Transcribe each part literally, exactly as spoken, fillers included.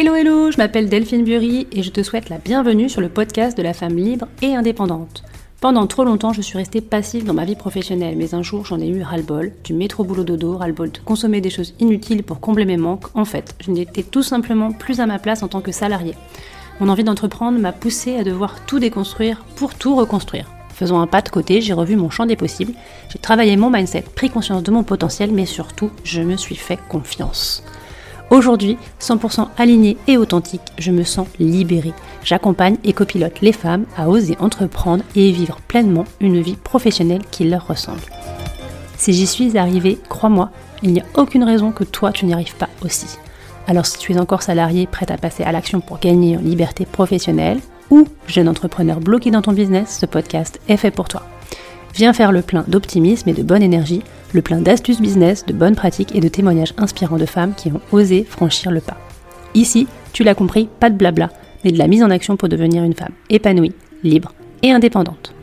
Hello hello, je m'appelle Delphine Bury et je te souhaite la bienvenue sur le podcast de la femme libre et indépendante. Pendant trop longtemps, je suis restée passive dans ma vie professionnelle, mais un jour j'en ai eu ras-le-bol, du métro boulot dodo, ras-le-bol de consommer des choses inutiles pour combler mes manques. En fait, je n'étais tout simplement plus à ma place en tant que salariée. Mon envie d'entreprendre m'a poussée à devoir tout déconstruire pour tout reconstruire. Faisant un pas de côté, j'ai revu mon champ des possibles, j'ai travaillé mon mindset, pris conscience de mon potentiel, mais surtout, je me suis fait confiance. Aujourd'hui, cent pour cent alignée et authentique, je me sens libérée. J'accompagne et copilote les femmes à oser entreprendre et vivre pleinement une vie professionnelle qui leur ressemble. Si j'y suis arrivée, crois-moi, il n'y a aucune raison que toi tu n'y arrives pas aussi. Alors si tu es encore salarié, prête à passer à l'action pour gagner en liberté professionnelle, ou jeune entrepreneur bloqué dans ton business, ce podcast est fait pour toi. Viens faire le plein d'optimisme et de bonne énergie, le plein d'astuces business, de bonnes pratiques et de témoignages inspirants de femmes qui ont osé franchir le pas. Ici, tu l'as compris, pas de blabla, mais de la mise en action pour devenir une femme épanouie, libre et indépendante.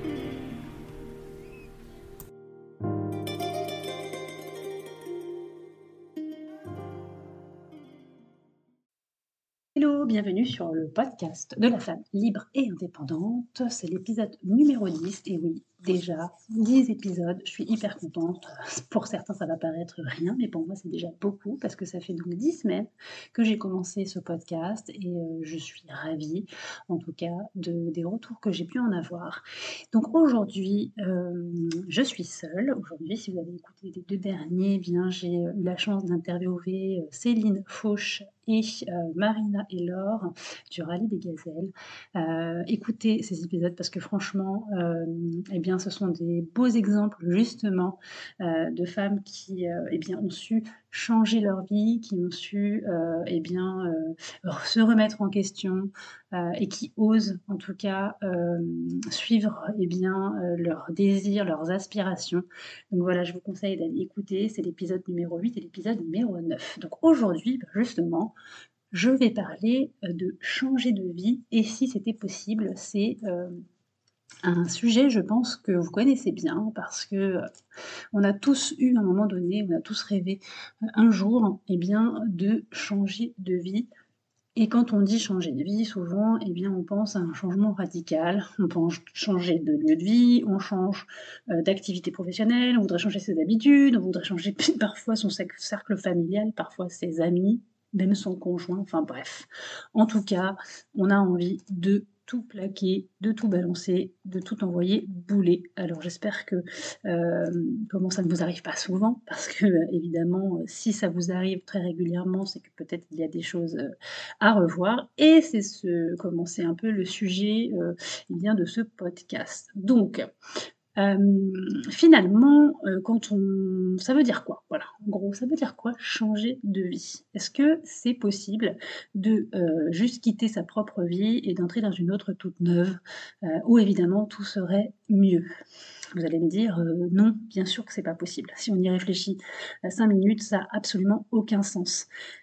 Hello, bienvenue sur le podcast de la femme libre et indépendante. C'est l'épisode numéro dix et oui, déjà dix épisodes, je suis hyper contente. Pour certains ça va paraître rien, mais pour moi c'est déjà beaucoup parce que ça fait donc dix semaines que j'ai commencé ce podcast et euh, je suis ravie en tout cas de, des retours que j'ai pu en avoir. Donc aujourd'hui euh, je suis seule. Aujourd'hui, si vous avez écouté les deux derniers, eh bien j'ai eu la chance d'interviewer Céline Fauche et euh, Marina et Laure du Rallye des Gazelles. Euh, écoutez ces épisodes parce que franchement, euh, eh bien, ce sont des beaux exemples justement euh, de femmes qui euh, eh bien, ont su changer leur vie, qui ont su euh, eh bien, euh, se remettre en question euh, et qui osent en tout cas euh, suivre eh bien, euh, leurs désirs, leurs aspirations. Donc voilà, je vous conseille d'aller écouter, c'est l'épisode numéro huit et l'épisode numéro neuf. Donc aujourd'hui, justement, je vais parler de changer de vie et si c'était possible. C'est euh, un sujet, je pense, que vous connaissez bien parce que euh, on a tous eu à un moment donné, on a tous rêvé euh, un jour eh bien, de changer de vie. Et quand on dit changer de vie, souvent, eh bien, on pense à un changement radical. On pense changer de lieu de vie, on change euh, d'activité professionnelle, on voudrait changer ses habitudes, on voudrait changer parfois son cercle familial, parfois ses amis, même son conjoint, enfin bref. En tout cas, on a envie de tout plaquer, de tout balancer, de tout envoyer bouler. Alors j'espère que euh, comment ça ne vous arrive pas souvent, parce que euh, évidemment, si ça vous arrive très régulièrement, c'est que peut-être il y a des choses euh, à revoir. Et c'est ce, comment c'est un peu le sujet euh, eh bien, de ce podcast. Donc, euh, finalement, euh, quand on, ça veut dire quoi? Voilà, en gros, ça veut dire quoi changer de vie? Est-ce que c'est possible de euh, juste quitter sa propre vie et d'entrer dans une autre toute neuve, euh, où évidemment tout serait mieux? Vous allez me dire euh, non, bien sûr que c'est pas possible. Si on y réfléchit à cinq minutes, ça n'a absolument aucun sens.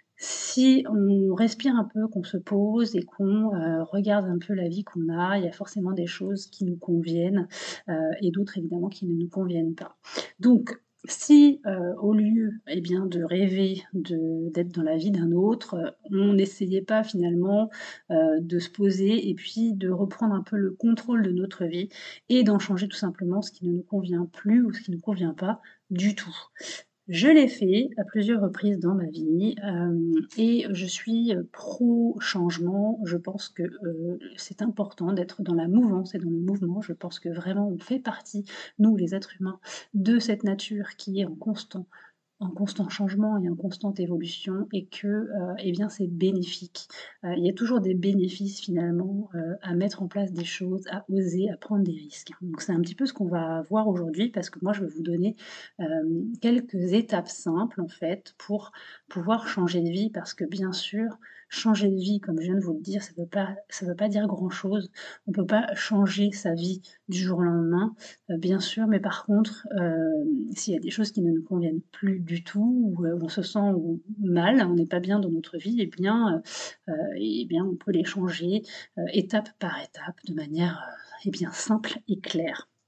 Si on respire un peu, qu'on se pose et qu'on euh, regarde un peu la vie qu'on a, il y a forcément des choses qui nous conviennent euh, et d'autres évidemment qui ne nous conviennent pas. Donc, si euh, au lieu eh bien, de rêver de, d'être dans la vie d'un autre, on n'essayait pas finalement euh, de se poser et puis de reprendre un peu le contrôle de notre vie et d'en changer tout simplement ce qui ne nous convient plus ou ce qui ne nous convient pas du tout. Je l'ai fait à plusieurs reprises dans ma vie euh, et je suis pro-changement. Je pense que euh, c'est important d'être dans la mouvance et dans le mouvement. Je pense que vraiment on fait partie, nous les êtres humains, de cette nature qui est en constant en constant changement et en constante évolution et que euh, eh bien c'est bénéfique. Euh, il y a toujours des bénéfices finalement euh, à mettre en place des choses, à oser, à prendre des risques. Donc c'est un petit peu ce qu'on va voir aujourd'hui parce que moi je vais vous donner euh, quelques étapes simples en fait pour pouvoir changer de vie parce que bien sûr changer de vie comme je viens de vous le dire ça ne veut pas ça veut pas dire grand chose. On ne peut pas changer sa vie du jour au lendemain euh, bien sûr, mais par contre euh, s'il y a des choses qui ne nous conviennent plus du tout, où euh, on se sent mal, on n'est pas bien dans notre vie, et bien, euh, et bien on peut les changer euh, étape par étape de manière euh, eh bien, simple et claire.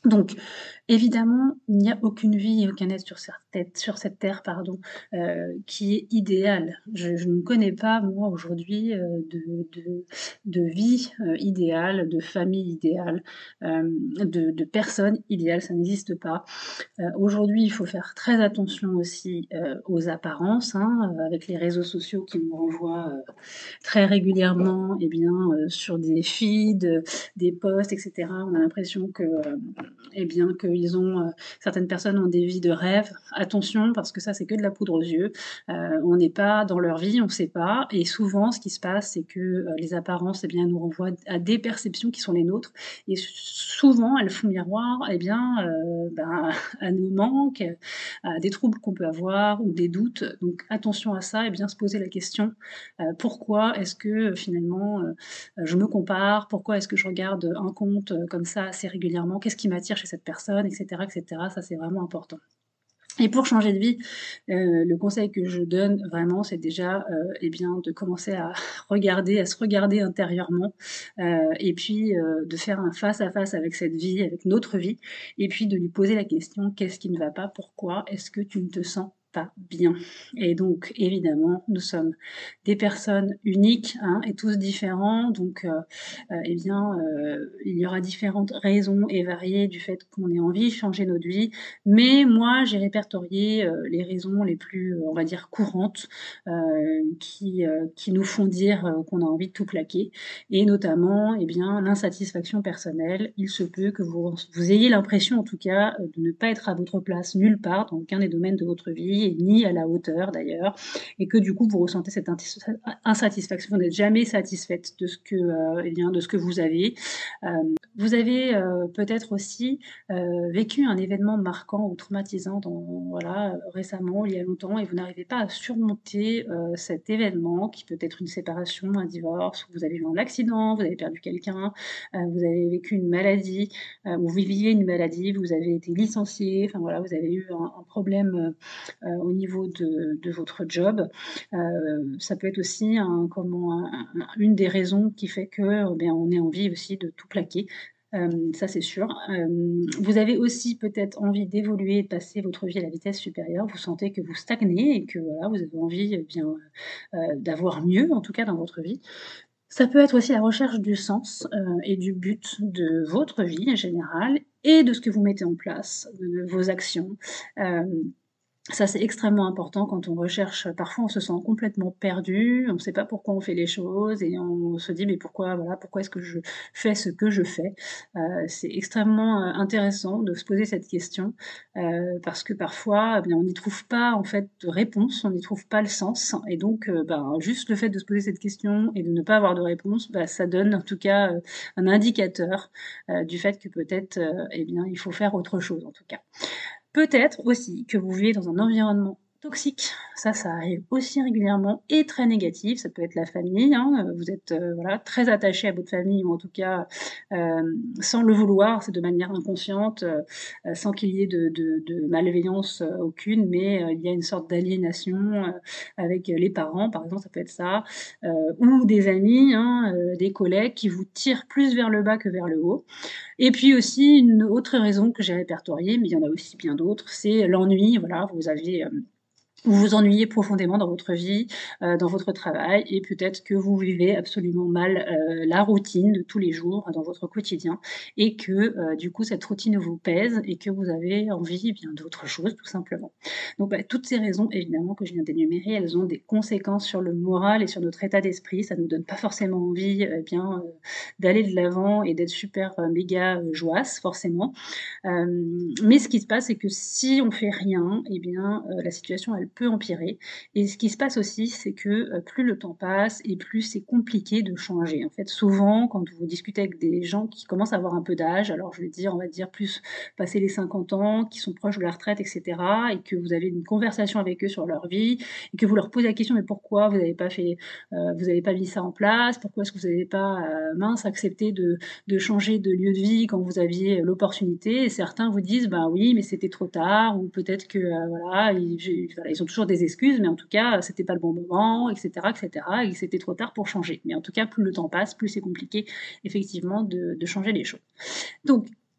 Donc, évidemment, il n'y a aucune vie et aucun être sur cette tête sur cette terre, pardon, heu, qui est idéal. Je je ne connais pas, moi, aujourd'hui, heu, de de de vie, heu, idéale, de famille idéale, hem, de de personne idéale, ça n'existe pas. Heu, aujourd'hui, il faut faire très attention aussi, heu, aux apparences, hein, heu, avec les réseaux sociaux qui nous renvoient, heu, très régulièrement et bien, heu, sur des feeds, heu, des posts et cetera. On a l'impression que, hem, et bien, qu'ils ont, heu certaines personnes ont des vies de rêve. Attention parce que ça, c'est que de la poudre aux yeux. Heu, on n'est pas dans leur vie, on sait pas et souvent ce qui se passe, c'est que, heu, les apparences et bien, nous renvoient à des perceptions qui sont les nôtres et s souvent elles font miroir et bien, heu, ben, à nos manques, à des troubles qu'on peut avoir ou des doutes. Donc attention à ça et bien se poser la question, heu, pourquoi est-ce que, heu, finalement, heu heu, je me compare? Pourquoi est-ce que je regarde, heu, un compte, heu, comme ça assez régulièrement? Qu'est-ce qui m'attire chez cette personne? Et cetera, et cetera. Ça, c'est vraiment important. Et pour changer de vie, heu, le conseil que je donne vraiment, c'est déjà, heu, et bien, de commencer à regarder, à se regarder intérieurement, heu, et puis, heu, de faire un face à face avec cette vie, avec notre vie et puis de lui poser la question: «Qu'est-ce qui ne va pas? Pourquoi est-ce que tu ne te sens pas bien?» Et donc évidemment, nous sommes des personnes uniques, hein, et tous différents donc heu heu, et bien, heu, il y aura différentes raisons et variées du fait qu'on ait envie de changer notre vie. Mais moi, j'ai répertorié, heu, les raisons les plus, heu, on va dire courantes, heu, qui, heu, qui nous font dire, heu, qu'on a envie de tout plaquer et notamment, et bien, l'insatisfaction personnelle. Il se peut que vous res vous ayez l'impression en tout cas, heu, de ne pas être à votre place nulle part dans aucun des domaines de votre vie et ni à la hauteur d'ailleurs et que du coup vous ressentez cette intis in insatisfaction, vous n'êtes jamais satisfaite de ce que, heu, et bien, de ce que vous avez. Hem, vous avez, heu, peut-être aussi, heu, vécu un événement marquant ou traumatisant dans voilà, heu, récemment, il y a longtemps et vous n'arrivez pas à surmonter, heu, cet événement qui peut être une séparation, un divorce, ou vous avez eu un accident, vous avez perdu quelqu'un, heu, vous avez vécu une maladie, heu, ou vous viviez une maladie, vous avez été licencié, enfin voilà, vous avez eu un un problème, heu heu, au niveau de de votre job. Heu, ça peut être aussi un comment, un un une des raisons qui fait que, heu, bien, on ait envie aussi de tout plaquer. Hem, ça c'est sûr. Hem, vous avez aussi peut-être envie d'évoluer et de passer votre vie à la vitesse supérieure. Vous sentez que vous stagnez et que voilà, vous avez envie, eh bien, heu heu, d'avoir mieux en tout cas dans votre vie. Ça peut être aussi la recherche du sens, heu, et du but de votre vie en général et de ce que vous mettez en place, de vos actions. Hem, ça, c'est extrêmement important quand on recherche parfois on se sent complètement perdu, on ne sait pas pourquoi on fait les choses et on se dit: «Mais pourquoi, voilà, pourquoi est-ce que je fais ce que je fais?» Heu, c'est extrêmement, heu, intéressant de se poser cette question, heu, parce que parfois, eh bien, on n'y trouve pas en fait de réponse, on n'y trouve pas le sens et donc heu, ben, juste le fait de se poser cette question et de ne pas avoir de réponse, bah, ça donne en tout cas, heu, un indicateur, heu, du fait que peut-être, heu, eh bien, il faut faire autre chose en tout cas. Peut-être aussi que vous vivez dans un environnement toxique, ça, ça arrive aussi régulièrement et très négatif, ça peut être la famille, hein, heu, vous êtes, heu, voilà, très attaché à votre famille ou en tout cas, hem, sans le vouloir, c'est de manière inconsciente, heu heu, sans qu'il y ait de de de malveillance, heu, aucune, mais heu, il y a une sorte d'aliénation, heu, avec, heu, les parents, par exemple, ça peut être ça, heu, ou des amis, hein, heu, des collègues qui vous tirent plus vers le bas que vers le haut. Et puis aussi une autre raison que j'ai répertoriée, mais il y en a aussi bien d'autres, c'est l'ennui. Voilà, vous avez, hem, vous vous ennuyez profondément dans votre vie, heu, dans votre travail et peut-être que vous vivez absolument mal, heu, la routine de tous les jours dans votre quotidien et que, heu, du coup, cette routine vous pèse et que vous avez envie, eh bien, d'autre chose, tout simplement. Donc, bah, toutes ces raisons, évidemment, que je viens d'énumérer, elles ont des conséquences sur le moral et sur notre état d'esprit. Ça nous donne pas forcément envie, eh bien, heu, d'aller de l'avant et d'être super, heu, méga, heu, joasse, forcément. Hem, mais ce qui se passe, c'est que si on fait rien, eh bien, heu, la situation, elle peut empirer et ce qui se passe aussi, c'est que, heu, plus le temps passe et plus c'est compliqué de changer. En fait, souvent, quand vous discutez avec des gens qui commencent à avoir un peu d'âge, alors je vais dire, on va dire plus passé les cinquante ans, qui sont proches de la retraite et cetera et que vous avez une conversation avec eux sur leur vie et que vous leur posez la question: «Mais pourquoi vous n'avez pas fait, heu, vous avez pas mis ça en place? Pourquoi est-ce que vous n'avez pas, heu, mince, accepté de de changer de lieu de vie quand vous aviez l'opportunité?» Et certains vous disent: «Ben oui, mais c'était trop tard» ou peut-être que, heu, voilà, ils j'ai voilà, ils ont toujours des excuses, mais en tout cas, c'était pas le bon moment et cetera et cetera et que c'était trop tard pour changer. Mais en tout cas, plus le temps passe, plus c'est compliqué effectivement de de changer les choses. Donc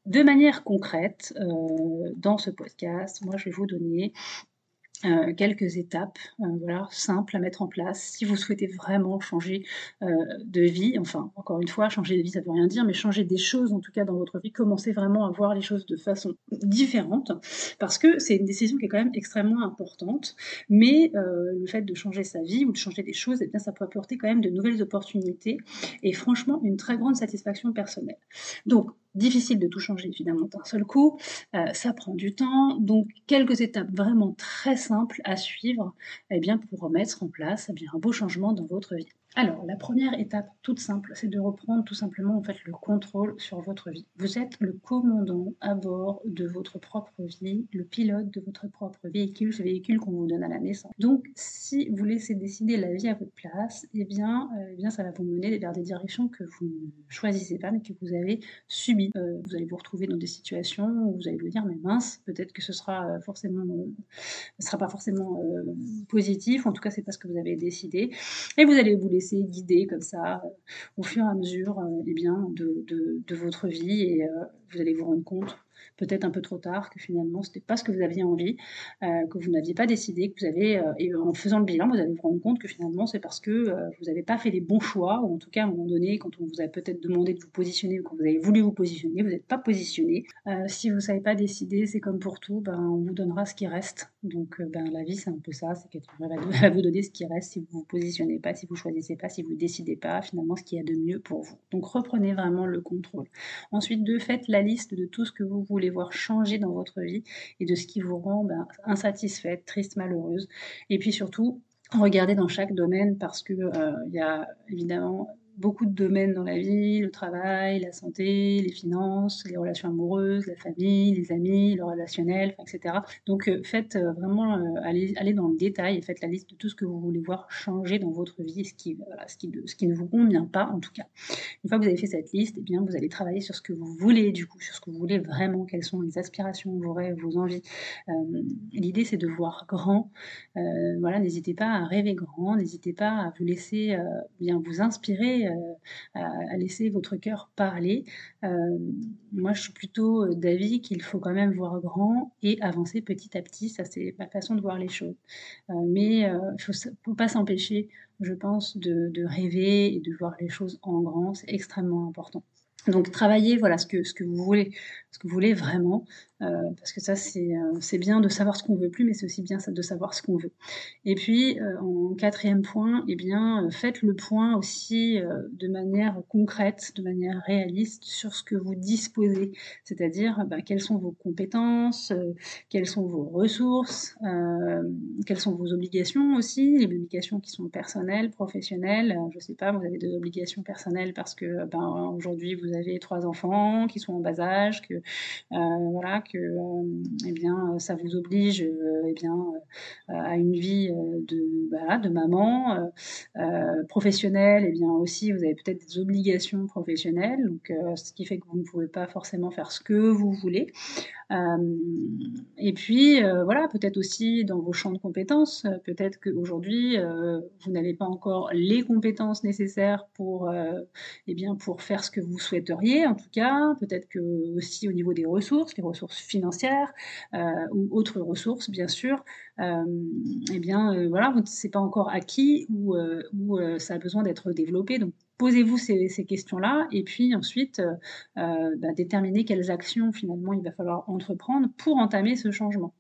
De manière concrète, heu, dans ce podcast, moi je vais vous donner Heu, quelques étapes, heu, voilà, simples à mettre en place si vous souhaitez vraiment changer, heu, de vie. Enfin, encore une fois, changer de vie, ça veut rien dire, mais changer des choses, en tout cas, dans votre vie. Commencer vraiment à voir les choses de façon différente, parce que c'est une décision qui est quand même extrêmement importante. Mais, heu, le fait de changer sa vie ou de changer des choses, eh bien, ça peut apporter quand même de nouvelles opportunités et franchement, une très grande satisfaction personnelle. Donc, difficile de tout changer, évidemment, d'un seul coup. Heu, ça prend du temps, donc quelques étapes vraiment très simples à suivre, eh bien, pour mettre en place, eh bien, un beau changement dans votre vie. Alors, la première étape toute simple, c'est de reprendre tout simplement, en fait, le contrôle sur votre vie. Vous êtes le commandant à bord de votre propre vie, le pilote de votre propre véhicule, ce véhicule qu'on vous donne à la naissance. Donc, si vous laissez décider la vie à votre place, eh bien, heu, eh bien, ça va vous mener vers des directions que vous ne choisissez pas, mais que vous avez subies. Heu, vous allez vous retrouver dans des situations où vous allez vous dire: «Mais mince, peut-être que ce sera, heu, forcément, heu, ce sera pas forcément, heu, positif, en tout cas, c'est pas ce que vous avez décidé» et vous allez vous laisser guider comme ça, heu, au fur et à mesure, heu, et bien, de de de votre vie et heu, vous allez vous rendre compte, peut-être un peu trop tard, que finalement, c'était pas ce que vous aviez envie, heu, que vous n'aviez pas décidé, que vous avez, heu et en faisant le bilan, vous allez vous rendre compte que finalement, c'est parce que, heu, vous avez pas fait les bons choix ou en tout cas, à un moment donné, quand on vous a peut-être demandé de vous positionner ou quand vous avez voulu vous positionner, vous êtes pas positionné. Heu, si vous savez pas décider, c'est comme pour tout, ben, on vous donnera ce qui reste. Donc, heu, ben, la vie, c'est un peu ça, c'est qu'elle va elle va vous donner ce qui reste si vous vous positionnez pas, si vous choisissez pas, si vous décidez pas, finalement, ce qu'il y a de mieux pour vous. Donc reprenez vraiment le contrôle. Ensuite, deux, faites la liste de tout ce que vous voulez voir changer dans votre vie et de ce qui vous rend, ben, insatisfaite, triste, malheureuse. Et puis surtout, regardez dans chaque domaine parce que, heu, il y a évidemment beaucoup de domaines dans la vie, le travail, la santé, les finances, les relations amoureuses, la famille, les amis, le relationnel, enfin et cetera. Donc, heu, faites, heu, vraiment, heu, allez allez dans le détail et faites la liste de tout ce que vous voulez voir changer dans votre vie et ce qui, voilà, ce qui ne ce qui ne vous convient pas, en tout cas. Une fois que vous avez fait cette liste, eh bien, vous allez travailler sur ce que vous voulez, du coup, sur ce que vous voulez vraiment, quelles sont les aspirations, vos rêves, vos envies. Hem, l'idée, c'est de voir grand. Heu, voilà, n'hésitez pas à rêver grand, n'hésitez pas à vous laisser, heu, bien vous inspirer, heu, à à laisser votre cœur parler. Hem, moi, je suis plutôt, heu, d'avis qu'il faut quand même voir grand et avancer petit à petit. Ça, c'est ma façon de voir les choses. Heu, mais heu, il faut s faut pas s'empêcher, je pense, de de rêver et de voir les choses en grand, c'est extrêmement important. Donc travaillez, voilà, ce que ce que vous voulez, ce que vous voulez vraiment, heu, parce que ça, c'est, heu, c'est bien de savoir ce qu'on veut plus, mais c'est aussi bien ça de savoir ce qu'on veut. Et puis, heu, en quatrième point, eh bien, heu, faites le point aussi, heu, de manière concrète, de manière réaliste sur ce que vous disposez. C'est-à-dire, bah, quelles sont vos compétences, heu, quelles sont vos ressources, hem, quelles sont vos obligations aussi, les obligations qui sont personnelles, professionnelles. Heu, je sais pas, vous avez des obligations personnelles parce que, ben, aujourd'hui vous avez trois enfants qui sont en bas âge, que, heu, voilà, que, hem, eh bien, ça vous oblige, heu, eh bien, heu, à une vie, heu, de, voilà, de maman, heu heu, professionnelle, eh bien aussi vous avez peut-être des obligations professionnelles, donc heu, ce qui fait que vous ne pouvez pas forcément faire ce que vous voulez. Hem et puis, heu, voilà, peut-être aussi dans vos champs de compétences, heu, peut-être qu'aujourd'hui, heu, vous n'avez pas encore les compétences nécessaires pour, heu et bien, pour faire ce que vous souhaiteriez en tout cas. Peut-être que aussi au niveau des ressources, les ressources financières, heu, ou autres ressources bien sûr, hem et bien, heu, voilà, vous c'est pas encore acquis ou heu ou heu, ça a besoin d'être développé donc posez-vous ces ces questions-là et puis ensuite, heu heu, bah, déterminer quelles actions finalement il va falloir entreprendre pour entamer ce changement.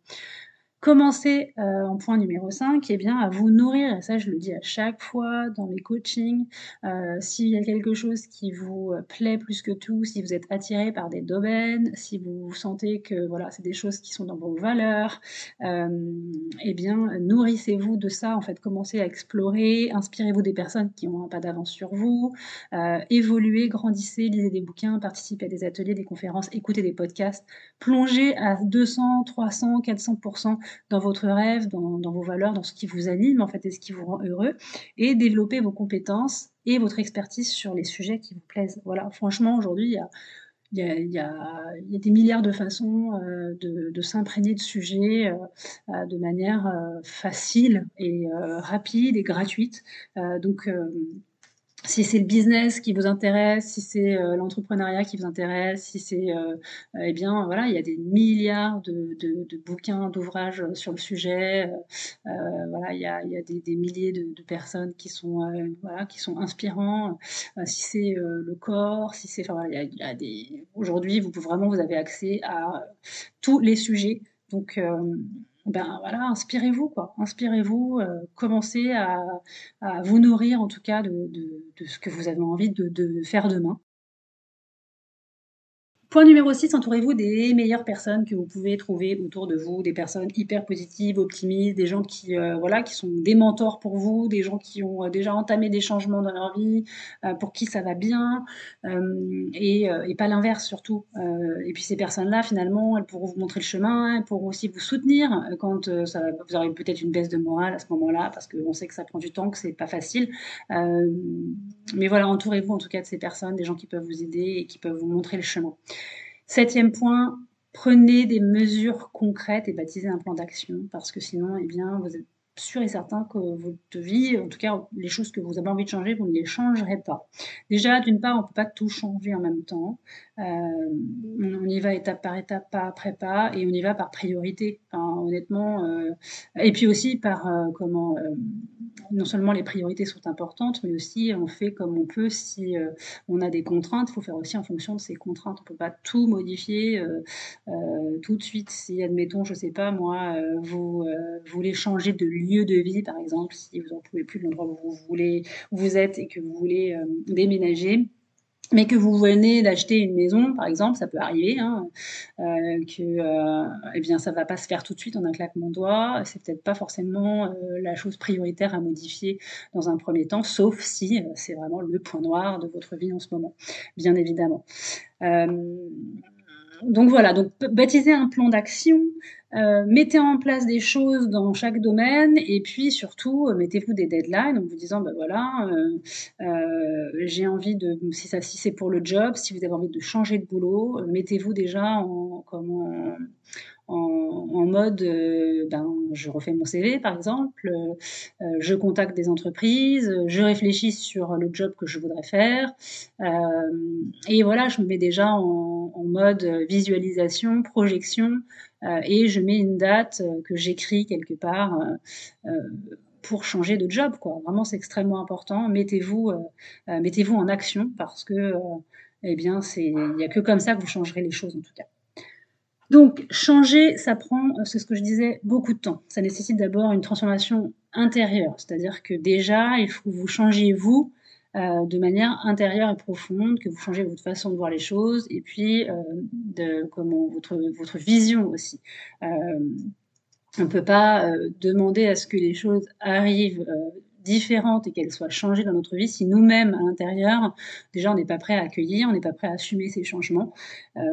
Commencez, heu, en point numéro cinq, eh bien, à vous nourrir et ça, je le dis à chaque fois dans mes coachings. Heu, s'il y a quelque chose qui vous, heu, plaît plus que tout, si vous êtes attiré par des domaines, si vous sentez que, voilà, c'est des choses qui sont dans vos valeurs, hem, eh bien, nourrissez-vous de ça, en fait. Commencez à explorer, inspirez-vous des personnes qui ont un pas d'avance sur vous, heu, évoluez, grandissez, lisez des bouquins, participez à des ateliers, des conférences, écoutez des podcasts, plongez à deux cents, trois cents, quatre cents dans votre rêve, dans dans vos valeurs, dans ce qui vous anime en fait et ce qui vous rend heureux et développer vos compétences et votre expertise sur les sujets qui vous plaisent. Voilà, franchement aujourd'hui il y a il y a il y a il y a des milliards de façons, heu, de de s'imprégner de sujets, heu heu, de manière, heu, facile et heu, rapide et gratuite. Heu, donc hem Si c'est le business qui vous intéresse, si c'est, heu, l'entrepreneuriat qui vous intéresse, si c'est, heu, eh bien, voilà, il y a des milliards de de de bouquins, d'ouvrages, heu, sur le sujet, heu heu, voilà, il y a il y a des des milliers de de personnes qui sont, heu, voilà, qui sont inspirants. Heu, si c'est, heu, le corps, si c'est enfin, voilà, il y a il y a des aujourd'hui, vous pouvez vraiment vous avez accès à tous les sujets. Donc, hem, ben, voilà, inspirez-vous, quoi. Inspirez-vous, heu, commencez à à vous nourrir en tout cas de de de ce que vous avez envie de de faire demain. Point numéro six, entourez-vous des meilleures personnes que vous pouvez trouver autour de vous, des personnes hyper positives, optimistes, des gens qui, heu, voilà, qui sont des mentors pour vous, des gens qui ont, heu, déjà entamé des changements dans leur vie, heu, pour qui ça va bien, hem et heu et pas l'inverse surtout. Heu et puis ces personnes-là, finalement, elles pourront vous montrer le chemin, elles pourront aussi vous soutenir, heu, quand, heu, ça va vous aurez peut-être une baisse de morale à ce moment-là, parce qu'on sait que ça prend du temps, que c'est pas facile. Hem, mais voilà, entourez-vous en tout cas de ces personnes, des gens qui peuvent vous aider et qui peuvent vous montrer le chemin. Septième point, prenez des mesures concrètes et baptisez un plan d'action parce que sinon, eh bien, vous êtes sûr et certain que votre vie, en tout cas les choses que vous avez envie de changer, vous ne les changerez pas. Déjà, d'une part, on ne peut pas tout changer en même temps. Hem, on y va étape par étape, pas après pas et on y va par priorité. Enfin, honnêtement, heu et puis aussi par, heu, comment, hem, non seulement les priorités sont importantes, mais aussi on fait comme on peut si, heu, on a des contraintes, il faut faire aussi en fonction de ces contraintes. On ne peut pas tout modifier, heu heu, tout de suite. Si admettons, je ne sais pas moi, heu, vous, heu, voulez changer de lieu de vie par exemple, si vous en pouvez plus de l'endroit où vous voulez où vous êtes et que vous voulez, hem, déménager, mais que vous venez d'acheter une maison par exemple, ça peut arriver, hein, heu, que, heu, eh bien ça va pas se faire tout de suite en un claquement de doigts. C'est peut-être pas forcément, heu, la chose prioritaire à modifier dans un premier temps, sauf si, heu, c'est vraiment le point noir de votre vie en ce moment, bien évidemment. Hem, donc voilà, donc b baptisez un plan d'action, heu, mettez en place des choses dans chaque domaine et puis surtout, heu, mettez-vous des deadlines en vous disant: «Bah, voilà, heu heu, j'ai envie de» si ça si c'est pour le job, si vous avez envie de changer de boulot, heu, mettez-vous déjà en comment en en mode, heu, ben, je refais mon C V par exemple, heu heu, je contacte des entreprises, heu, je réfléchis sur le job que je voudrais faire, hem et voilà, je me mets déjà en en mode, heu, visualisation, projection, heu et je mets une date, heu, que j'écris quelque part, heu heu, pour changer de job, quoi. Vraiment, c'est extrêmement important. Mettez-vous, heu heu, mettez-vous en action parce que, heu, eh bien, c'est il y a que comme ça que vous changerez les choses en tout cas. Donc changer, ça prend, heu, c'est ce que je disais, beaucoup de temps. Ça nécessite d'abord une transformation intérieure, c'est-à-dire que déjà, il faut que vous changiez vous, heu, de manière intérieure et profonde, que vous changez votre façon de voir les choses et puis, heu, de comment votre votre vision aussi. Hem, on ne peut pas, heu, demander à ce que les choses arrivent, heu, différentes et qu'elles soient changées dans notre vie si nous-mêmes, à l'intérieur, déjà on n'est pas prêt à accueillir, on n'est pas prêt à assumer ces changements. Hem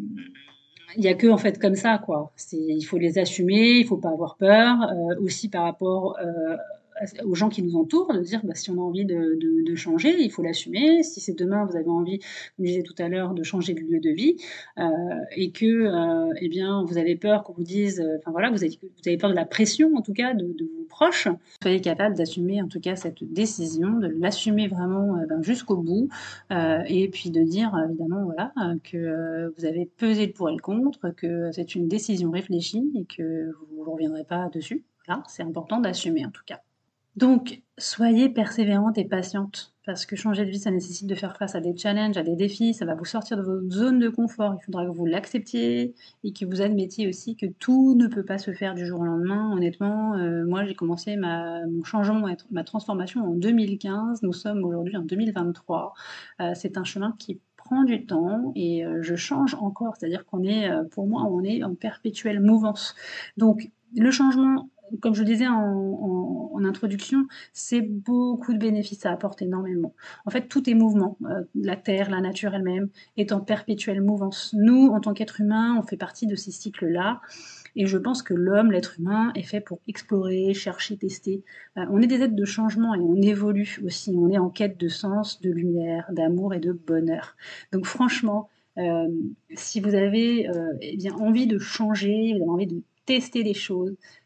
il y a que en fait comme ça, quoi. C'est il faut les assumer, il faut pas avoir peur, heu, aussi par rapport, heu, à aux gens qui nous entourent, de dire, bah, si on a envie de de de changer, il faut l'assumer. Si c'est demain, vous avez envie, comme je disais tout à l'heure, de changer de lieu de vie, heu et que, heu et bien, vous avez peur qu'on vous dise, heu, enfin voilà, vous avez vous avez peur de la pression en tout cas de de vos proches, soyez capable d'assumer en tout cas cette décision, de l'assumer vraiment, heu, ben, jusqu'au bout, heu et puis de dire évidemment voilà, heu, que, heu, vous avez pesé le pour et le contre, que c'est une décision réfléchie et que vous ne reviendrez pas dessus. Voilà, c'est important d'assumer en tout cas. Donc soyez persévérante et patiente parce que changer de vie, ça nécessite de faire face à des challenges, à des défis, ça va vous sortir de votre zone de confort. Il faudra que vous l'acceptiez et que vous admettiez aussi que tout ne peut pas se faire du jour au lendemain. Honnêtement, heu, moi j'ai commencé ma mon changement, ma ma transformation en deux mille quinze. Nous sommes aujourd'hui en deux mille vingt-trois. Heu, c'est un chemin qui prend du temps et heu, je change encore. C'est-à-dire qu'on est, heu, pour moi, on est en perpétuelle mouvance. Donc le changement, comme je le disais en en en introduction, c'est beaucoup de bénéfices, ça apporte énormément. En fait, tout est mouvement, heu, la terre, la nature elle-même est en perpétuelle mouvance. Nous, en tant qu'êtres humains, on fait partie de ces cycles-là et je pense que l'homme, l'être humain est fait pour explorer, chercher, tester. Heu, on est des êtres de changement et on évolue aussi. On est en quête de sens, de lumière, d'amour et de bonheur. Donc franchement, hem, si vous avez, heu et bien envie de changer, vous avez envie de tester des choses,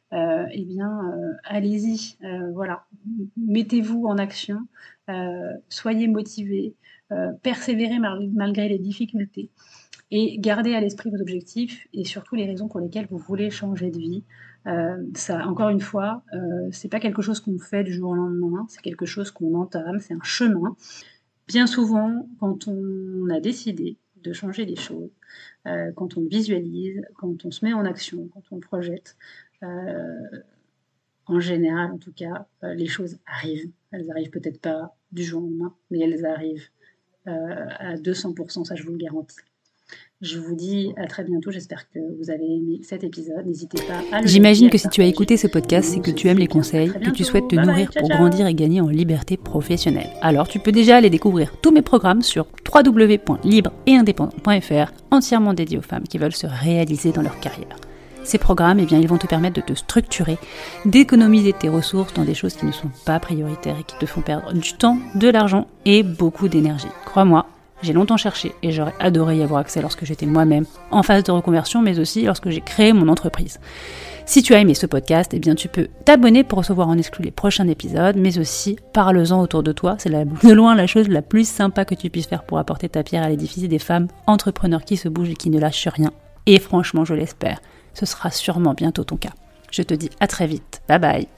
euh, eh bien, euh, allez-y, euh, voilà, mettez-vous en action, euh, soyez motivés, euh, persévérez mal- malgré les difficultés et gardez à l'esprit vos objectifs et surtout les raisons pour lesquelles vous voulez changer de vie. Euh, ça, encore une fois, euh, c'est pas quelque chose qu'on fait du jour au lendemain, c'est quelque chose qu'on entame, c'est un chemin. Bien souvent, quand on a décidé de changer les choses, euh, quand on visualise, quand on se met en action, quand on projette, euh, en général, en tout cas, euh, les choses arrivent. Elles arrivent peut-être pas du jour au lendemain, mais elles arrivent euh, à deux cents pour cent, ça je vous le garantis. Je vous dis à très bientôt, j'espère que vous avez aimé cet épisode. N'hésitez pas à le J'imagine liker, que si tu as écouté ce podcast, c'est que tu aimes les conseils, que tu souhaites te bye nourrir bye, ciao, pour ciao. grandir et gagner en liberté professionnelle. Alors tu peux déjà aller découvrir tous mes programmes sur w w w point libre et indépendant point f r, entièrement dédiés aux femmes qui veulent se réaliser dans leur carrière. Ces programmes, eh bien, ils vont te permettre de te structurer, d'économiser tes ressources dans des choses qui ne sont pas prioritaires et qui te font perdre du temps, de l'argent et beaucoup d'énergie. Crois-moi, j'ai longtemps cherché et j'aurais adoré y avoir accès lorsque j'étais moi-même en phase de reconversion, mais aussi lorsque j'ai créé mon entreprise. Si tu as aimé ce podcast, eh bien tu peux t'abonner pour recevoir en exclu les prochains épisodes, mais aussi parle-en autour de toi. C'est la, de loin la chose la plus sympa que tu puisses faire pour apporter ta pierre à l'édifice des femmes entrepreneurs qui se bougent et qui ne lâchent rien. Et franchement, je l'espère, ce sera sûrement bientôt ton cas. Je te dis à très vite. Bye bye.